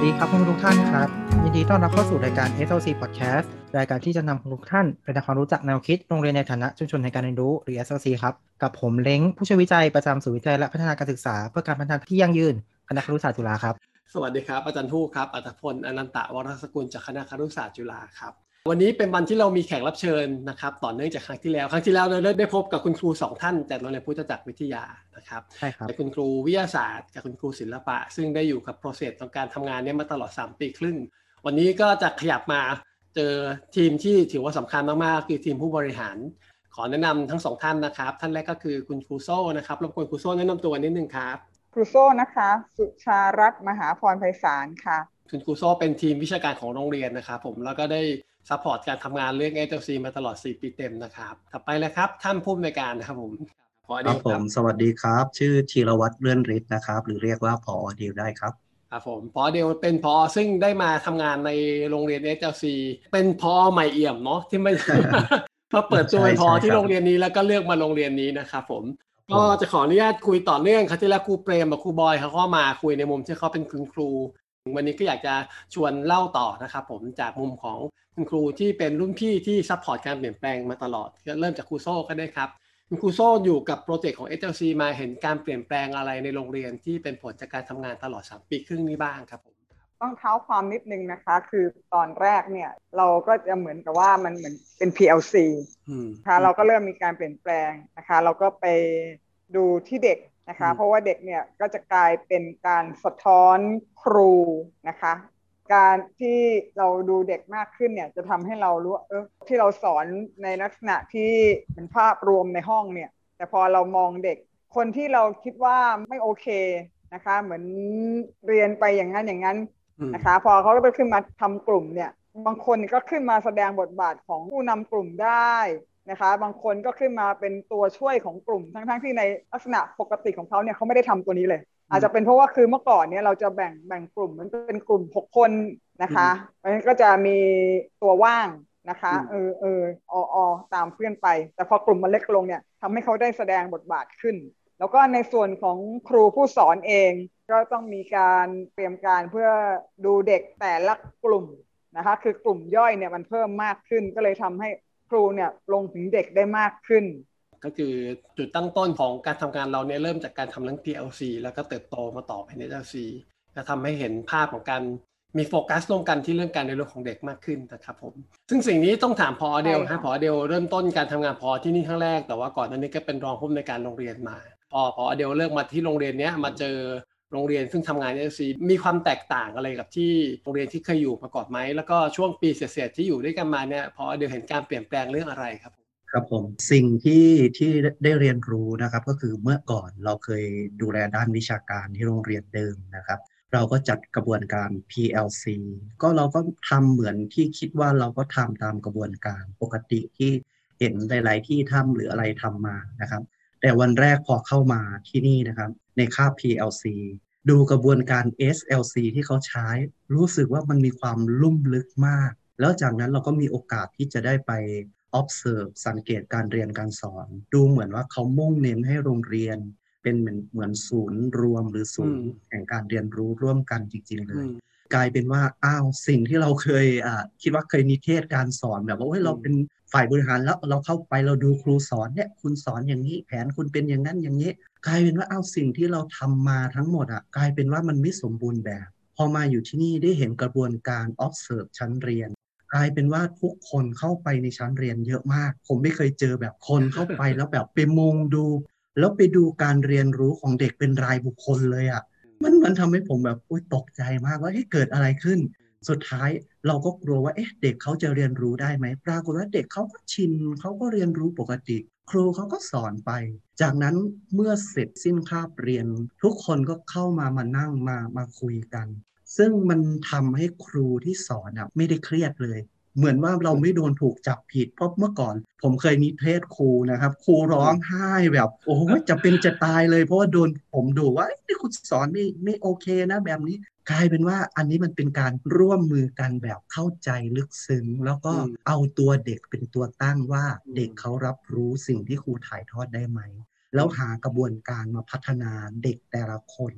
ดีครับคุณทุกท่านครับยินดีต้อนรับเข้าสู่รายการ SLC Podcast รายการที่จะนำคุณทุกท่านไปทำความรู้จักแนวคิดโรงเรียนในฐานะชุมชนในการเรียนรู้หรือ SLC ครับกับผมเล้งผู้ช่วยวิจัยประจำศูนย์วิจัยและพัฒนาการศึกษาเพื่อการพัฒนาที่ยั่งยืนคณะครุศาสตร์จุฬาครับสวัสดีครับอาจารย์ทู่ครับอัตพลอนันตะวรสกุลจากคณะครุศาสตร์จุฬาครับวันนี้เป็นวันที่เรามีแขกรับเชิญนะครับต่อเนื่องจากครั้งที่แล้วเราได้พบกับคุณครู2ท่านจากโรงเรียนพุทธจักรวิทยานะครับใช่ครับคุณครูวิทยาศาสตร์กับคุณครูศิลปะซึ่งได้อยู่กับโปรเซสของการทำงานนี้มาตลอด3 ปีครึ่งวันนี้ก็จะขยับมาเจอทีมที่ถือว่าสำคัญมากๆคือทีมผู้บริหารขอแนะนำทั้ง2ท่านนะครับท่านแรกก็คือคุณครูโซ่นะครับรบกวนครูโซ่แนะนำตัวนิดนึงครับครูโซ่นะคะสุชารัตน์มหาพรไพศาลค่ะคุณครูโซ่เป็นทีมวิชาการของโรงเรียนนะครับผมแล้วก็ได้ซัพพอร์ตการทำงานเรื่อง SLC มาตลอด4 ปีเต็มนะครับต่อไปเลยครับท่านผู้อำนวยการนะครับผมผอ.ดิวครับสวัสดีครับชื่อธีรวัฒน์เลื่อนฤทธิ์นะครับหรือเรียกว่าผอ.ดิวได้ครับครับผมผอ.ดิวเป็นผอ.ซึ่งได้มาทำงานในโรงเรียน SLC เป็นผอ.ใหม่เอี่ยมเนาะที่ไม่ มาเปิดตัวเป็นผอ.ที่โรงเรียนนี้แล้วก็เลือกมาโรงเรียนนี้นะครับผมก็จะขออนุญาตคุยต่อเนื่องครับที่แล้วครูเปรมกับครูบอยเขาก็มาคุยในมุมที่เขาเป็นคุณครูวันนี้ก็อยากจะชวนเล่าต่อนะครับผมจากมุมของคุณครูที่เป็นรุ่นพี่ที่ซัพพอร์ตการเปลี่ยนแปลงมาตลอดก็เริ่มจากครูโซ่ก็ได้ครับคุณครูโซ่อยู่กับโปรเจกต์ของ SLC มาเห็นการเปลี่ยนแปลงอะไรในโรงเรียนที่เป็นผลจากการทำงานตลอด3 ปีครึ่งนี้บ้างครับผมต้องเท้าความนิดนึงนะคะคือตอนแรกเนี่ยเราก็จะเหมือนกับว่ามันเหมือนเป็น PLC ค่ะเราก็เริ่มมีการเปลี่ยนแปลงนะคะเราก็ไปดูที่เด็กนะคะเพราะว่าเด็กเนี่ยก็จะกลายเป็นการสะท้อนครูนะคะการที่เราดูเด็กมากขึ้นเนี่ยจะทำให้เรารู้ที่เราสอนในลักษณะที่เป็นภาพรวมในห้องเนี่ยแต่พอเรามองเด็กคนที่เราคิดว่าไม่โอเคนะคะเหมือนเรียนไปอย่างนั้นอย่างนั้นนะคะพอเขาก็ไปขึ้นมาทำกลุ่มเนี่ยบางคนก็ขึ้นมาแสดงบทบาทของผู้นำกลุ่มได้นะคะบางคนก็ขึ้นมาเป็นตัวช่วยของกลุ่มทั้งที่ในลักษณะปกติของเขาเนี่ยเขาไม่ได้ทำตัวนี้เลยอาจจะเป็นเพราะว่าคือเมื่อก่อนเนี่ยเราจะแบ่งกลุ่มมันเป็นกลุ่ม6 คนนะคะเพราะฉะนั้นก็จะมีตัวว่างนะคะตามเพื่อนไปแต่พอกลุ่มมันเล็กลงเนี่ยทำให้เขาได้แสดงบทบาทขึ้นแล้วก็ในส่วนของครูผู้สอนเองก็ต้องมีการเตรียมการเพื่อดูเด็กแต่ละกลุ่มนะคะคือกลุ่มย่อยเนี่ยมันเพิ่มมากขึ้นก็เลยทำให้ครูเนี่ยลงถึงเด็กได้มากขึ้นก็คือจุดตั้งต้นของการทำงานเราเนี่ยเริ่มจากการทำเรื่อง PLC แล้วก็เติบโตมาต่อเป็น SLC จะทำให้เห็นภาพของการมีโฟกัสร่วมกันที่เรื่องการเรียนรู้ของเด็กมากขึ้นนะครับผมซึ่งสิ่งนี้ต้องถามผอ.เดลฮะผอ.เดลเริ่มต้นการทำงานผอ.ที่นี่ครั้งแรกแต่ว่าก่อนหน้านี้ก็เป็นรองผู้อำนวยการโรงเรียนมาผอ.เดลเลือกมาที่โรงเรียนนี้มาเจอโรงเรียนซึ่งทำงาน SLC มีความแตกต่างอะไรกับที่โรงเรียนที่เคยอยู่มาก่อนไหมแล้วก็ช่วงปีเศษๆที่อยู่ด้วยกันมาเนี่ยผอ.เดลเห็นการเปลี่ยนแปลงเรื่องอะไรครับครับผมสิ่งที่ได้เรียนรู้นะครับก็คือเมื่อก่อนเราเคยดูแลด้านวิชาการที่โรงเรียนเดิมนะครับเราก็จัดกระบวนการ PLC ก็เราก็ทำเหมือนที่คิดว่าเราก็ทำตามกระบวนการปกติที่เห็นหลายๆที่ทำหรืออะไรทำมานะครับแต่วันแรกพอเข้ามาที่นี่นะครับในคาบ PLC ดูกระบวนการ SLC ที่เขาใช้รู้สึกว่ามันมีความลุ่มลึกมากแล้วจากนั้นเราก็มีโอกาสที่จะได้ไป observe สังเกตการเรียนการสอนดูเหมือนว่าเขามุ่งเน้นให้โรงเรียนเป็นเหมือนศูนย์รวมหรือศูนย์แห่งการเรียนรู้ร่วมกันจริงๆเลยกลายเป็นว่าสิ่งที่เราเคยคิดว่าเคยนิเทศการสอนแบบว่าเราเป็นฝ่ายบริหารแล้วเราเข้าไปเราดูครูสอนเนี่ยคุณสอนอย่างนี้แผนคุณเป็นอย่างนั้นอย่างนี้กลายเป็นว่าสิ่งที่เราทำมาทั้งหมดกลายเป็นว่ามันไม่สมบูรณ์แบบพอมาอยู่ที่นี่ได้เห็นกระบวนการ observe ชั้นเรียนกลายเป็นว่าทุกคนเข้าไปในชั้นเรียนเยอะมากผมไม่เคยเจอแบบคนเข้าไปแล้วแบบไปมุงดูแล้วไปดูการเรียนรู้ของเด็กเป็นรายบุคคลเลยมันทำให้ผมแบบตกใจมากว่าเกิดอะไรขึ้นสุดท้ายเราก็กลัวว่าเด็กเขาจะเรียนรู้ได้ไหมปรากฏว่าเด็กเขาก็ชินเขาก็เรียนรู้ปกติครูเขาก็สอนไปจากนั้นเมื่อเสร็จสิ้นคาบเรียนทุกคนก็เข้ามานั่งมาคุยกันซึ่งมันทำให้ครูที่สอนไม่ได้เครียดเลยเหมือนว่าเราไม่โดนถูกจับผิดเพราะเมื่อก่อนผมเคยนิเทศครูนะครับครูร้องไห้แบบโอ้ยจะเป็นจะตายเลยเพราะว่าโดนผมดูว่านี่คุณสอนไม่โอเคนะแบบนี้กลายเป็นว่าอันนี้มันเป็นการร่วมมือกันแบบเข้าใจลึกซึ้งแล้วก็เอาตัวเด็กเป็นตัวตั้งว่าเด็กเขารับรู้สิ่งที่ครูถ่ายทอดได้ไหมแล้วหากระบวนการมาพัฒนาเด็กแต่ละคน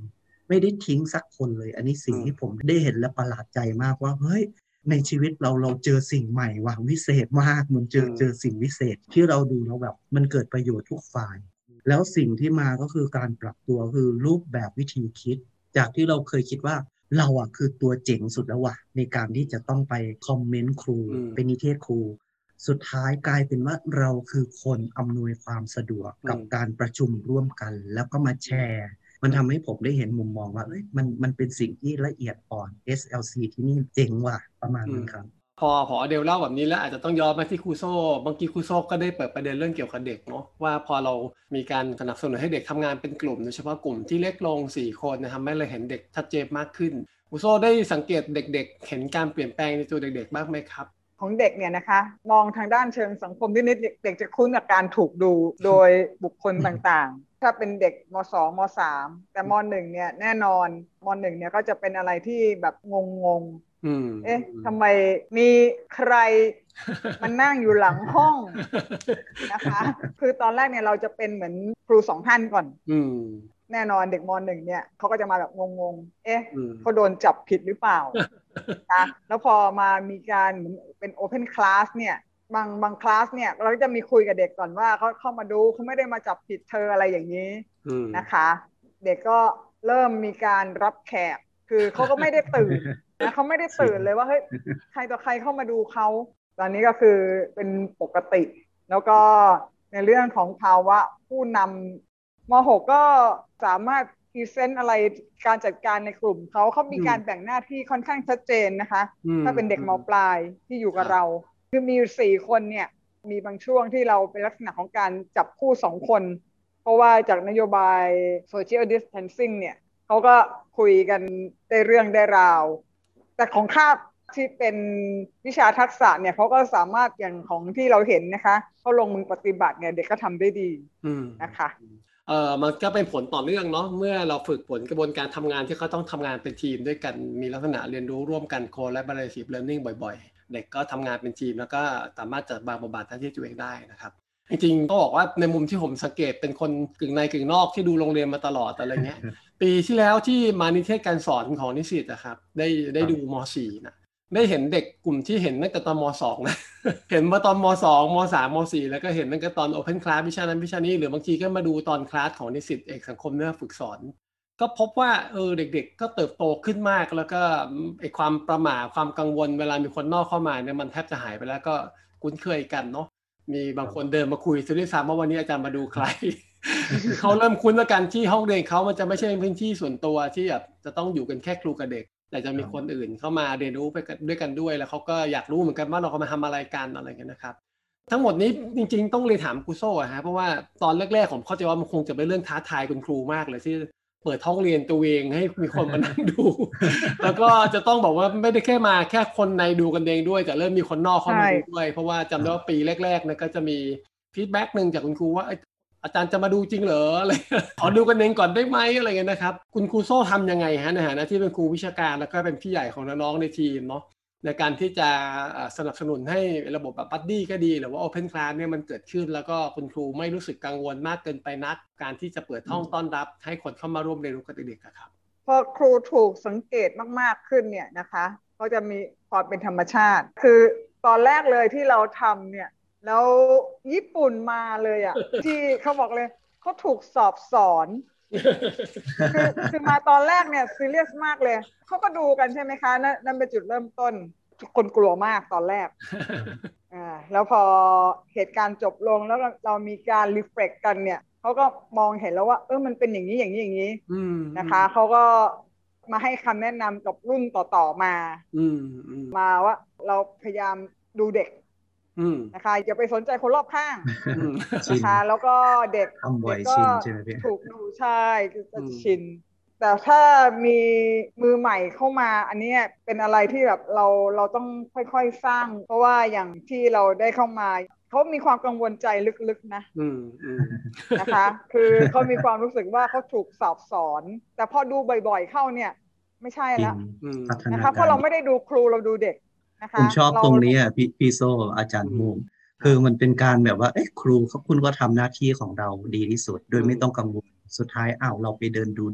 ไม่ได้ทิ้งสักคนเลยอันนี้สิ่งที่ผมได้เห็นและประหลาดใจมากว่าเฮ้ยในชีวิตเราเจอสิ่งใหม่ว่ะวิเศษมากมันเจอสิ่งวิเศษที่เราดูแล้วแบบมันเกิดประโยชน์ทุกฝ่ายแล้วสิ่งที่มาก็คือการปรับตัวคือรูปแบบวิธีคิดจากที่เราเคยคิดว่าเราอ่ะคือตัวเจ๋งสุดแล้วว่ะในการที่จะต้องไปคอมเมนต์ครูเป็นนิเทศครูสุดท้ายกลายเป็นว่าเราคือคนอำนวยความสะดวกกับการประชุมร่วมกันแล้วก็มาแชร์มันทำให้ผมได้เห็นมุมมองว่ามันเป็นสิ่งที่ละเอียดอ่อน SLC ที่นี่เจ๋งว่ะประมาณนั้นครับพอเดลเล่าแบบนี้แล้วอาจจะต้องย้อนมาที่ครูโซ่บางทีครูโซ่ก็ได้เปิดประเด็นเรื่องเกี่ยวกับเด็กเนาะว่าพอเรามีการสนับสนุนให้เด็กทำงานเป็นกลุ่มโดยเฉพาะกลุ่มที่เล็กลง4 คนนะทำให้เราเห็นเด็กชัดเจนมากขึ้นครูโซ่ได้สังเกตเด็กๆเห็นการเปลี่ยนแปลงในตัวเด็กๆบ้างไหมครับของเด็กเนี่ยนะคะมองทางด้านเชิงสังคมนิดๆเด็กจะคุ้นกับการถูกดูโดยบุคคลต่างๆถ้าเป็นเด็กม.2 ม.3 แต่ม.1 เนี่ยแน่นอนม.1 เนี่ยก็จะเป็นอะไรที่แบบงงเอ๊ะทำไมมีใครมันนั่งอยู่หลังห้องนะคะคือตอนแรกเนี่ยเราจะเป็นเหมือนครู2 ท่านก่อนแน่นอนเด็กม.1 เนี่ยเขาก็จะมาแบบงงๆเอ๊ะเขาโดนจับผิดหรือเปล่านะแล้วพอมามีการเป็นโอเพนคลาสเนี่ยบางคลาสเนี่ยเราก็จะมีคุยกับเด็กก่อนว่าเขาเข้ามาดูเขาไม่ได้มาจับผิดเธออะไรอย่างนี้นะคะเด็กก็เริ่มมีการรับแขกคือเขาก็ไม่ได้ตื่นนะเขาไม่ได้ตื่นเลยว่าเฮ้ยใครต่อใครเข้ามาดูเขาตอนนี้ก็คือเป็นปกติแล้วก็ในเรื่องของภาวะผู้นำม.6 ก็สามารถพรีเซนต์อะไรการจัดการในกลุ่มเขามีการแบ่งหน้าที่ค่อนข้างชัดเจนนะคะถ้าเป็นเด็กม.ปลายที่อยู่กับเราคือมี4 คนเนี่ยมีบางช่วงที่เราเป็นลักษณะของการจับคู่2 คนเพราะว่าจากนโยบาย social distancing เนี่ยเขาก็คุยกันได้เรื่องได้ราวแต่ของคาบที่เป็นวิชาทักษะเนี่ยเขาก็สามารถอย่างของที่เราเห็นนะคะเขาลงมือปฏิบัติเนี่ยเด็กก็ทำได้ดีนะคะมันก็เป็นผลต่อเนื่องเนาะเมื่อเราฝึกฝนกระบวนการทำงานที่เขาต้องทำงานเป็นทีมด้วยกันมีลักษณะเรียนรู้ร่วมกัน collaborative learning บ่อยๆเด็กก็ทำงานเป็นทีมแล้วก็สามารถจัดบทบาทหน้าที่ตัวเองได้นะครับจริงๆต้องบอกว่าในมุมที่ผมสังเกตเป็นคนกึ่งในกึ่งนอกที่ดูโรงเรียนมาตลอดอะไรเงี้ยปีที่แล้วที่มานิเทศการสอนของนิสิตนะครับได้ดูม.4 นะได้เห็นเด็กกลุ่มที่เห็นตั้งแต่ตอนม.2 นะ เห็นมาตอนม.2 ม.3 ม.4 แล้วก็เห็นตั้งแต่ตอน Open Class วิชานั้นวิชานี้หรือบางทีก็มาดูตอนคลาสของนิสิตเอกสังคมเนื้อฝึกสอนก็พบว่าเด็กๆก็เติบโตขึ้นมากแล้วก็ไอ้ความประหม่าความกังวลเวลามีคนนอกเข้ามาเนี่ยมันแทบจะหายไปแล้วก็คุ้นเคยกันเนาะมีบางคนเดินมาคุยซะด้วยซ้ำว่าวันนี้อาจารย์มาดูใคร เขาเริ่มคุ้นแล้วกันที่ห้องเรียนเขามันจะไม่ใช่พื้นที่ส่วนตัวที่แบบจะต้องอยู่กันแค่ครูกับเด็กแต่จะมีคนอื่นเข้ามาเรียนรู้ไปด้วยกันด้วยแล้วเขาก็อยากรู้เหมือนกันว่าเรามาทำอะไรกันอะไรกันนะครับทั้งหมดนี้จริงๆต้องเรียนถามครูโซ่ฮะเพราะว่าตอนแรกๆผมเข้าใจว่ามันคงจะเป็นเรื่องท้าทายคุณครูมากเลยที่เปิดห้องเรียนตัวเองให้มีคนมานั่งดู แล้วก็จะต้องบอกว่าไม่ได้แค่มาแค่คนในดูกันเองด้วยแต่เริ่มมีคนนอกเข้ามาดูด้วยเพราะว่าจำได้ว่าปีแรกๆเนี่ยก็จะมีฟีดแบ็กนึงจากคุณครูว่าอาจารย์จะมาดูจริงเหรออะไรขอดูกันเองก่อนได้ไหมอะไรเงี้ยนะครับคุณครูโซ่ทำยังไงฮะในฐานะที่เป็นครูวิชาการแล้วก็เป็นพี่ใหญ่ของน้องๆในทีมเนาะในการที่จะสนับสนุนให้ระบบแบบบัดดี้ก็ดีหรือว่า Open Class เนี่ยมันเกิดขึ้นแล้วก็คุณครูไม่รู้สึกกังวลมากเกินไปนักการที่จะเปิดห้องต้อนรับให้คนเข้ามาร่วมเรียนรู้กับเด็กๆครับพอครูถูกสังเกตมากๆขึ้นเนี่ยนะคะก็จะมีความเป็นธรรมชาติคือตอนแรกเลยที่เราทำเนี่ยแล้วญี่ปุ่นมาเลยอ่ะ ที่เขาบอกเลยเขาถูกสอบสอนคือมาตอนแรกเนี่ยซีเรียสมากเลยเขาก็ดูกันใช่ไหมคะนั่นเป็นจุดเริ่มต้นทุกคนกลัวมากตอนแรก แล้วพอเหตุการณ์จบลงแล้วเรามีการรีเฟล็กกันเนี่ยเขาก็มองเห็นแล้วว่ามันเป็นอย่างนี้อย่างนี้อย่างนี้นะคะเขาก็มาให้คำแนะนำกับรุ่นต่อมามาว่าเราพยายามดูเด็กนะคะอย่าไปสนใจคนรอบข้างนะคะแล้วก็เด็กก็ถูกดูใช่คือจะชินแต่ถ้ามีมือใหม่เข้ามาอันนี้เป็นอะไรที่แบบเราต้องค่อยๆสร้างเพราะว่าอย่างที่เราได้เข้ามาเขามีความกังวลใจลึกๆนะนะคะคือเขามีความรู้สึกว่าเขาถูกสอบสอนแต่พอดูบ่อยๆเข้าเนี่ยไม่ใช่แล้วนะคะเพราะเราไม่ได้ดูครูเราดูเด็กนะคะผมชอบตรงนี้อ่ะพี่โซอาจารย์มูมคือมันเป็นการแบบว่าครูคุณก็ทำหน้าที่ของเราดีที่สุดโดยไม่ต้องกังวลสุดท้ายเราไปเดินดูเด็ก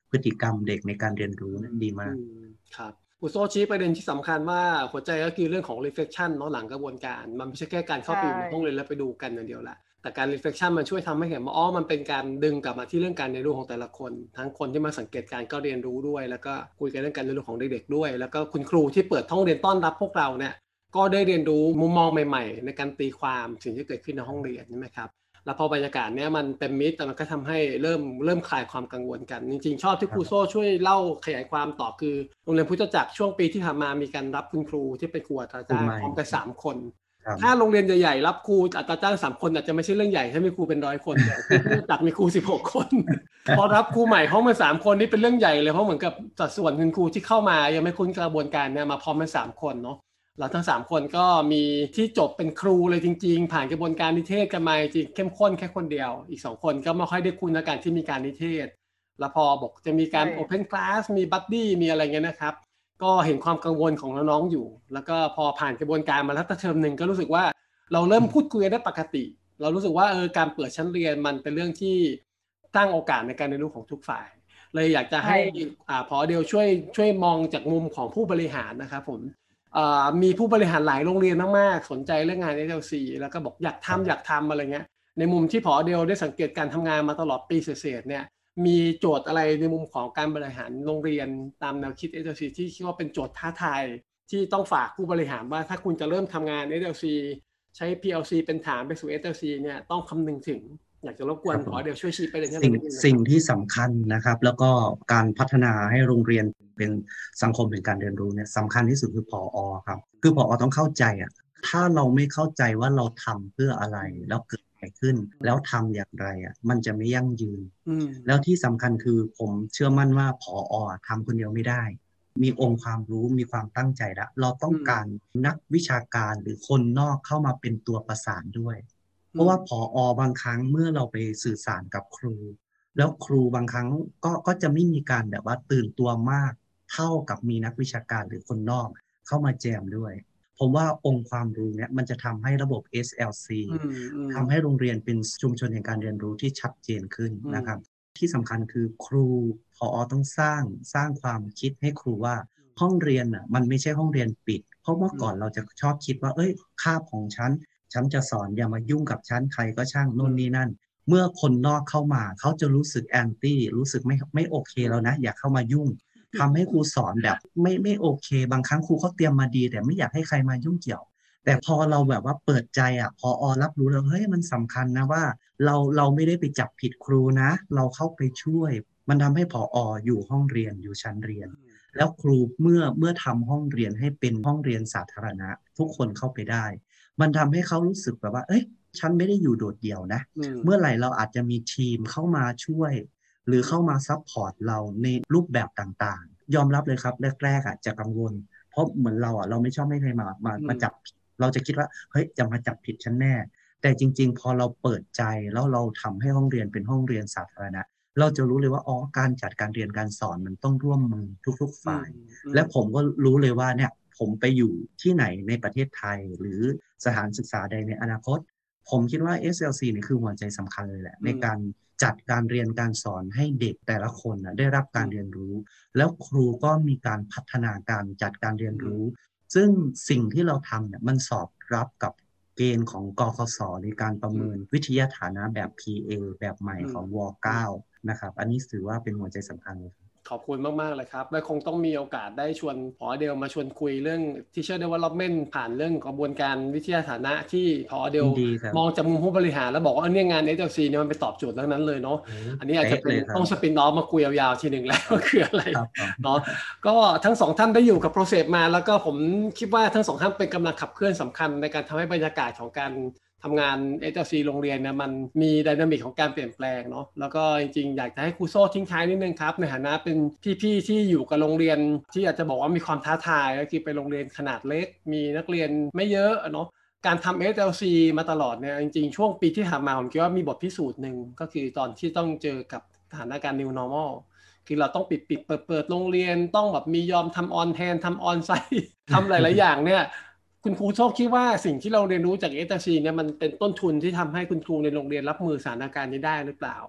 พฤติกรรมเด็กในการเรียนรู้ดีมากครับคุณโซชี้ประเด็นที่สำคัญว่าหัวใจก็คือเรื่องของ reflection เนาะหลังกระบวนการมันไม่ใช่แค่การเข้าไปในห้องเรียนแล้วไปดูกันอย่างเดียวละแต่การ reflection มันช่วยทำให้เห็นว่ามันเป็นการดึงกลับมาที่เรื่องการเรียนรู้ของแต่ละคนทั้งคนที่มาสังเกตการก็เรียนรู้ด้วยแล้วก็คุยกันเรื่องการเรียนรู้ของเด็กๆด้วยแล้วก็คุณครูที่เปิดห้องเรียนต้อนรับพวกเราเนี่ยก็ได้เรียนรู้มุมมองใหม่ๆในการตีความสิ่งที่เกิดขึ้นในห้องเรียนใช่ไหมครับแล้วพอบรรยากาศเนี้ยมันเต็มมิตรแต่มันก็ทำให้เริ่มคลายความกังวลกันจริงๆชอบที่ครูโซ่ช่วยเล่าขยายความต่อคือโรงเรียนพุทธจักรช่วงปีที่ผ่านมามีการรับคุณครูที่เป็นครูอัตราจ้างพร้อมกัน3 คนถ้าโรงเรียนใหญ่ๆรับครูอัตราจ้าง3 คนอาจจะไม่ใช่เรื่องใหญ่ถ้ามีครูเป็น100 คนแต่พุทธจักรมีครู16 คนพอรับครูใหม่เข้ามา3 คนนี่เป็นเรื่องใหญ่เลยเพราะเหมือนกับสัดส่วนคุณครูที่เข้ามายังไม่คุ้นกระบวนการเนี่ยมาพร้อมกัน3 คนเนาะเราทั้ง3 คนก็มีที่จบเป็นครูเลยจริงๆผ่านกระบวนการนิเทศกันมาจริงเข้มข้นแค่คนเดียวอีก2 คนก็ไม่ค่อยได้คุ้นในการที่มีการนิเทศแล้วพอบอกจะมีการ Open Class มี Buddy มีอะไรเงี้ยนะครับก็เห็นความกังวลของน้องๆอยู่แล้วก็พอผ่านกระบวนการมาแล้วเทอมนึงก็รู้สึกว่าเราเริ่มพูดคุยได้ปกติเรารู้สึกว่าการเปิดชั้นเรียนมันเป็นเรื่องที่สร้างโอกาสในการเรียนรู้ของทุกฝ่ายเลยอยากจะให้ผอ.เดียวช่วยมองจากมุมของผู้บริหารนะครับผมมีผู้บริหารหลายโรงเรียนมากๆสนใจเรื่องงาน SLC แล้วก็บอกอยากทำอะไรเงี้ยในมุมที่ผอ.เดียวได้สังเกตการทำงานมาตลอดปีเศษๆเนี่ยมีโจทย์อะไรในมุมของการบริหารโรงเรียนตามแนวคิด SLC ที่คิดว่าเป็นโจทย์ท้าทายที่ต้องฝากผู้บริหารว่าถ้าคุณจะเริ่มทำงาน SLC ใช้ PLC เป็นฐานไปสู่ SLC เนี่ยต้องคำนึงถึงอยากจะรบกวนผอ.เดียวช่วยชี้ประเด็นนี้สิ่งที่สำคัญนะครับแล้วก็การพัฒนาให้โรงเรียนเป็นสังคมเป็นการเรียนรู้เนี่ยสำคัญที่สุดคือผอ.ครับคือผอ.ต้องเข้าใจถ้าเราไม่เข้าใจว่าเราทำเพื่ออะไรแล้วเกิดอะไรขึ้นแล้วทำอย่างไรมันจะไม่ยั่งยืนแล้วที่สำคัญคือผมเชื่อมั่นว่าผอ.ทำคนเดียวไม่ได้มีองค์ความรู้มีความตั้งใจแล้วเราต้องการนักวิชาการหรือคนนอกเข้ามาเป็นตัวประสานด้วยเพราะว่าผอ.บางครั้งเมื่อเราไปสื่อสารกับครูแล้วครูบางครั้งก็จะไม่มีการแบบว่าตื่นตัวมากเท่ากับมีนักวิชาการหรือคนนอกเข้ามาแจมด้วยผมว่าองค์ความรู้เนี่ยมันจะทำให้ระบบ SLC ทำให้โรงเรียนเป็นชุมชนแห่งการเรียนรู้ที่ชัดเจนขึ้นนะครับที่สำคัญคือครูผอ.ต้องสร้างความคิดให้ครูว่าห้องเรียนมันไม่ใช่ห้องเรียนปิดเพราะเมื่อก่อนเราจะชอบคิดว่าคาบของฉันจะสอนอย่ามายุ่งกับฉันใครก็ช่างโน่นนี่นั่นเมื่อคนนอกเข้ามาเขาจะรู้สึกแอนตี้รู้สึกไม่โอเคแล้วนะอย่าเข้ามายุ่งทำให้ครูสอนแบบไม่โอเคบางครั้งครูเขาเตรียมมาดีแต่ไม่อยากให้ใครมายุ่งเกี่ยวแต่พอเราแบบว่าเปิดใจพอรับรู้แล้วเฮ้ยมันสำคัญนะว่าเราไม่ได้ไปจับผิดครูนะเราเข้าไปช่วยมันทำให้ผอ.อยู่ห้องเรียนอยู่ชั้นเรียนแล้วครูเมื่อทำห้องเรียนให้เป็นห้องเรียนสาธารณะทุกคนเข้าไปได้มันทำให้เขารู้สึกแบบว่าฉันไม่ได้อยู่โดดเดี่ยวนะเมื่อไหร่เราอาจจะมีทีมเข้ามาช่วยหรือเข้ามาซัพพอร์ตเราในรูปแบบต่างๆยอมรับเลยครับแรกๆจะกังวลเพราะเหมือนเราไม่ชอบให้ใครมาจับเราจะคิดว่าเฮ้ยจะมาจับผิดฉันแน่แต่จริงๆพอเราเปิดใจแล้วเราทำให้ห้องเรียนเป็นห้องเรียนสาธารณะเราจะรู้เลยว่าการจัดการเรียนการสอนมันต้องร่วมมือทุกๆฝ่ายและผมก็รู้เลยว่าเนี่ยผมไปอยู่ที่ไหนในประเทศไทยหรือสถานศึกษาใดในอนาคตผมคิดว่า SLC นี่คือหัวใจสำคัญเลยแหละในการจัดการเรียนการสอนให้เด็กแต่ละคนได้รับการเรียนรู้แล้วครูก็มีการพัฒนาการจัดการเรียนรู้ซึ่งสิ่งที่เราทำเนี่ยมันสอดรับกับเกณฑ์ของกฟศ.ในการประเมินวิทยาฐานะแบบ PA แบบใหม่ของว.9 นะครับอันนี้ถือว่าเป็นหัวใจสำคัญเลยขอบคุณมากๆเลยครับและคงต้องมีโอกาสได้ชวนผอ.เดียวมาชวนคุยเรื่อง Teacher Development ผ่านเรื่องกระบวนการวิทยาฐานะที่ผอ.เดียวมองจากมุมผู้บริหารแล้วบอกว่าเนี่ยงาน SLC เนี่ยมันไปตอบโจทย์เรื่องนั้นเลยเนาะอันนี้อาจจะเป็นต้องสปินออฟมาคุยยาวๆทีหนึ่งแล้วว่าคืออะไรเนาะก็ทั้งสองท่านได้อยู่กับ process มาแล้วก็ผมคิดว่าทั้งสองท่านเป็นกำลังขับเคลื่อนสำคัญในการทำให้บรรยากาศของการทำงาน SLC โรงเรียนนะมันมีไดนามิกของการเปลี่ยนแปลงเนาะแล้วก็จริงๆอยากจะให้ครูโซ่ทิ้งท้ายนิดนึงครับในฐานะเป็นพี่ๆที่อยู่กับโรงเรียนที่อาจจะบอกว่ามีความท้าทายก็คือไปโรงเรียนขนาดเล็กมีนักเรียนไม่เยอะเนาะการทำ SLC มาตลอดเนี่ยจริงๆช่วงปีที่ผ่านมาผมคิดว่ามีบทพิสูจน์หนึ่งก็คือตอนที่ต้องเจอกับสถานการณ์ New Normal คือเราต้องปิดเปิดโรงเรียนต้องแบบมียอมทำออนแทนทำออนไซต์ทำหลายๆอย่างเนี่ยคุณครูโชคคิดว่าสิ่งที่เราเรียนรู้จาก SLC เนี่ยมันเป็นต้นทุนที่ทำให้คุณครูในโรงเรียนรับมือสถานการณ์นี้ได้หรือเปล่า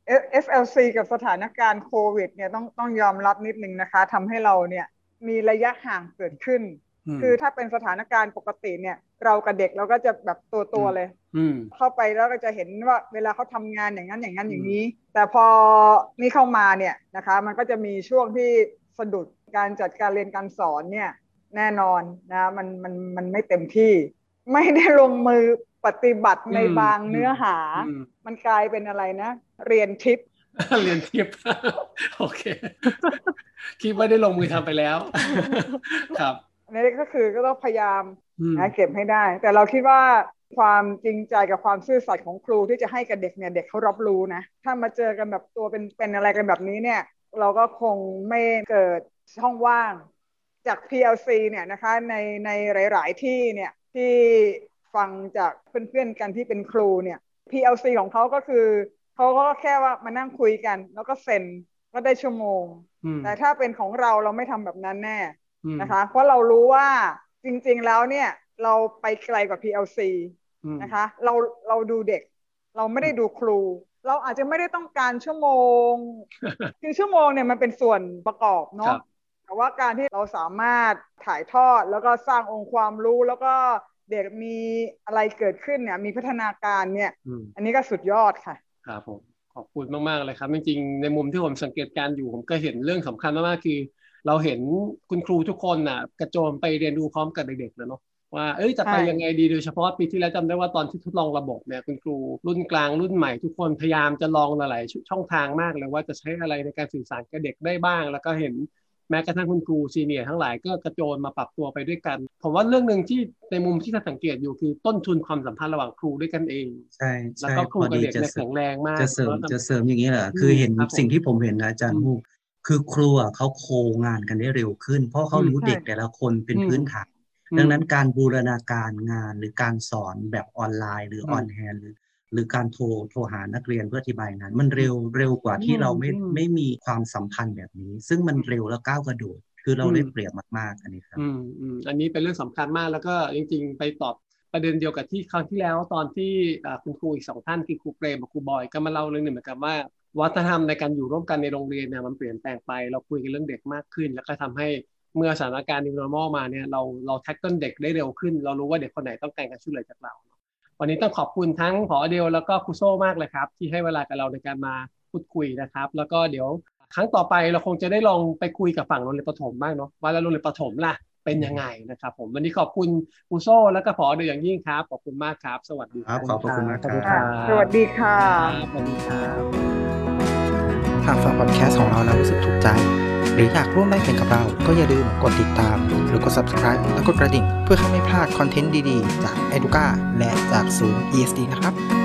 SLC กับสถานการณ์โควิดเนี่ยต้องยอมรับนิดนึงนะคะทำให้เราเนี่ยมีระยะห่างเกิดขึ้นคือถ้าเป็นสถานการณ์ปกติเนี่ยเรากับเด็กเราก็จะแบบตัวเลยเข้าไปแล้วก็จะเห็นว่าเวลาเขาทำงานอย่างนั้นอย่างนี้แต่พอนี่เข้ามาเนี่ยนะคะมันก็จะมีช่วงที่สะดุดการจัดการเรียนการสอนเนี่ยแน่นอนนะมันไม่เต็มที่ไม่ได้ลงมือปฏิบัติในบางเนื้อหามันกลายเป็นอะไรนะเรียนทิปเรียนทิป โอเคคิดว่าได้ลงมือทำไปแล้ว ครับนี่ก็คือก็ต้องพยายามเก็บให้ได้แต่เราคิดว่าความจริงใจกับความซื่อสัตย์ของครูที่จะให้กับเด็กเนี่ยเด็กเขารับรู้นะถ้ามาเจอกันแบบตัวเป็นอะไรกันแบบนี้เนี่ยเราก็คงไม่เกิดช่องว่างจาก PLC เนี่ยนะคะในหลายๆที่เนี่ยที่ฟังจากเพื่อนๆกันที่เป็นครูเนี่ย PLC ของเขาก็คือเขาก็แค่ว่ามานั่งคุยกันแล้วก็เซ็นก็ได้ชั่วโมงแต่ถ้าเป็นของเราไม่ทำแบบนั้นแน่นะคะเพราะเรารู้ว่าจริงๆแล้วเนี่ยเราไปไกลกว่า PLC นะคะเราดูเด็กเราไม่ได้ดูครูเราอาจจะไม่ได้ต้องการชั่วโมง คือชั่วโมงเนี่ยมันเป็นส่วนประกอบเนาะแต่ว่าการที่เราสามารถถ่ายทอดแล้วก็สร้างองค์ความรู้แล้วก็เด็กมีอะไรเกิดขึ้นเนี่ยมีพัฒนาการเนี่ยอันนี้ก็สุดยอดค่ะครับผมขอบคุณมากๆเลยครับจริงๆในมุมที่ผมสังเกตการอยู่ผมก็เห็นเรื่องสำคัญมากๆคือเราเห็นคุณครูทุกคนน่ะกระโจนไปเรียนรู้พร้อมกับเด็กๆแล้วเนาะว่าจะไปยังไงดีโดยเฉพาะปีที่แล้วจำได้ว่าตอนที่ทดลองระบบเนี่ยคุณครูรุ่นกลางรุ่นใหม่ทุกคนพยายามจะลองหลายๆช่องทางมากเลยว่าจะใช้อะไรในการสื่อสารกับเด็กได้บ้างแล้วก็เห็นแม้กระทั่งคุณครูซีเนียร์ทั้งหลายก็กระโจนมาปรับตัวไปด้วยกันผมว่าเรื่องนึงที่ในมุมที่สังเกตอยู่คือต้นทุนความสัมพันธ์ระหว่างครูด้วยกันเองใช่แล้วก็ครูกับเด็กเนี่ยแข็งแรงมากจะเสริมอย่างนี้แหละคือเห็นสิ่งที่ผมเห็นนะอาจารย์ฮูกคือครูเขาโคงานกันได้เร็วขึ้นเพราะเขารู้เด็กแต่ละคนเป็นพื้นฐานดังนั้นการบูรณาการงานหรือการสอนแบบออนไลน์หรือออนแฮนด์หรือการโทรหานักเรียนเพื่ออธิบายงานมันเร็วกว่าที่เราไม่มีความสัมพันธ์แบบนี้ซึ่งมันเร็วและก้าวกระโดดคือเราได้เปรียบมากๆอันนี้ครับอันนี้เป็นเรื่องสำคัญมากแล้วก็จริงๆไปตอบประเด็นเดียวกับที่ครั้งที่แล้วตอนที่คุณครูอีก2ท่านคือครูเปรมกับครูบอยก็มาเล่าเรื่องหนึ่งเหมือนกันว่าวัฒนธรรมในการอยู่ร่วมกันในโรงเรียนเนี่ยมันเปลี่ยนแปลงไปเราคุยกันเรื่องเด็กมากขึ้นแล้วก็ทำให้เมื่อสถานการณ์ New Normal มาเนี่ยเราแท็กเกิลเด็กได้เร็วขึ้นเรารู้ว่าเด็กคนไหนต้องการการช่วยเหลือจากเราวันนี้ต้องขอบคุณทั้งผอ.เดลแล้วก็ครูโซ่มากเลยครับที่ให้เวลากับเราในการมาพูดคุยนะครับแล้วก็เดี๋ยวครั้งต่อไปเราคงจะได้ลองไปคุยกับฝั่งโรงเรียนประถมบ้างเนาะว่าแล้วโรงเรียนประถมล่ะเป็นยังไงนะครับผมวันนี้ขอบคุณครูโซ่แล้วก็ผอ.เดลอย่างยิ่งครับขอบคุณมากครับสวัสดีครับขอบคุณมากครับสวัสดีค่ะสวัสดีครับหากฟังพอดแคสต์ของเราแล้วรู้สึกถูกใจหรืออยากร่วมแลกเปลี่ยนกับเราก็อย่าลืมกดติดตามหรือกด Subscribe และกดกระดิ่งเพื่อไม่พลาดคอนเทนต์ดีๆจาก Educa และจากศูนย์ ESD นะครับ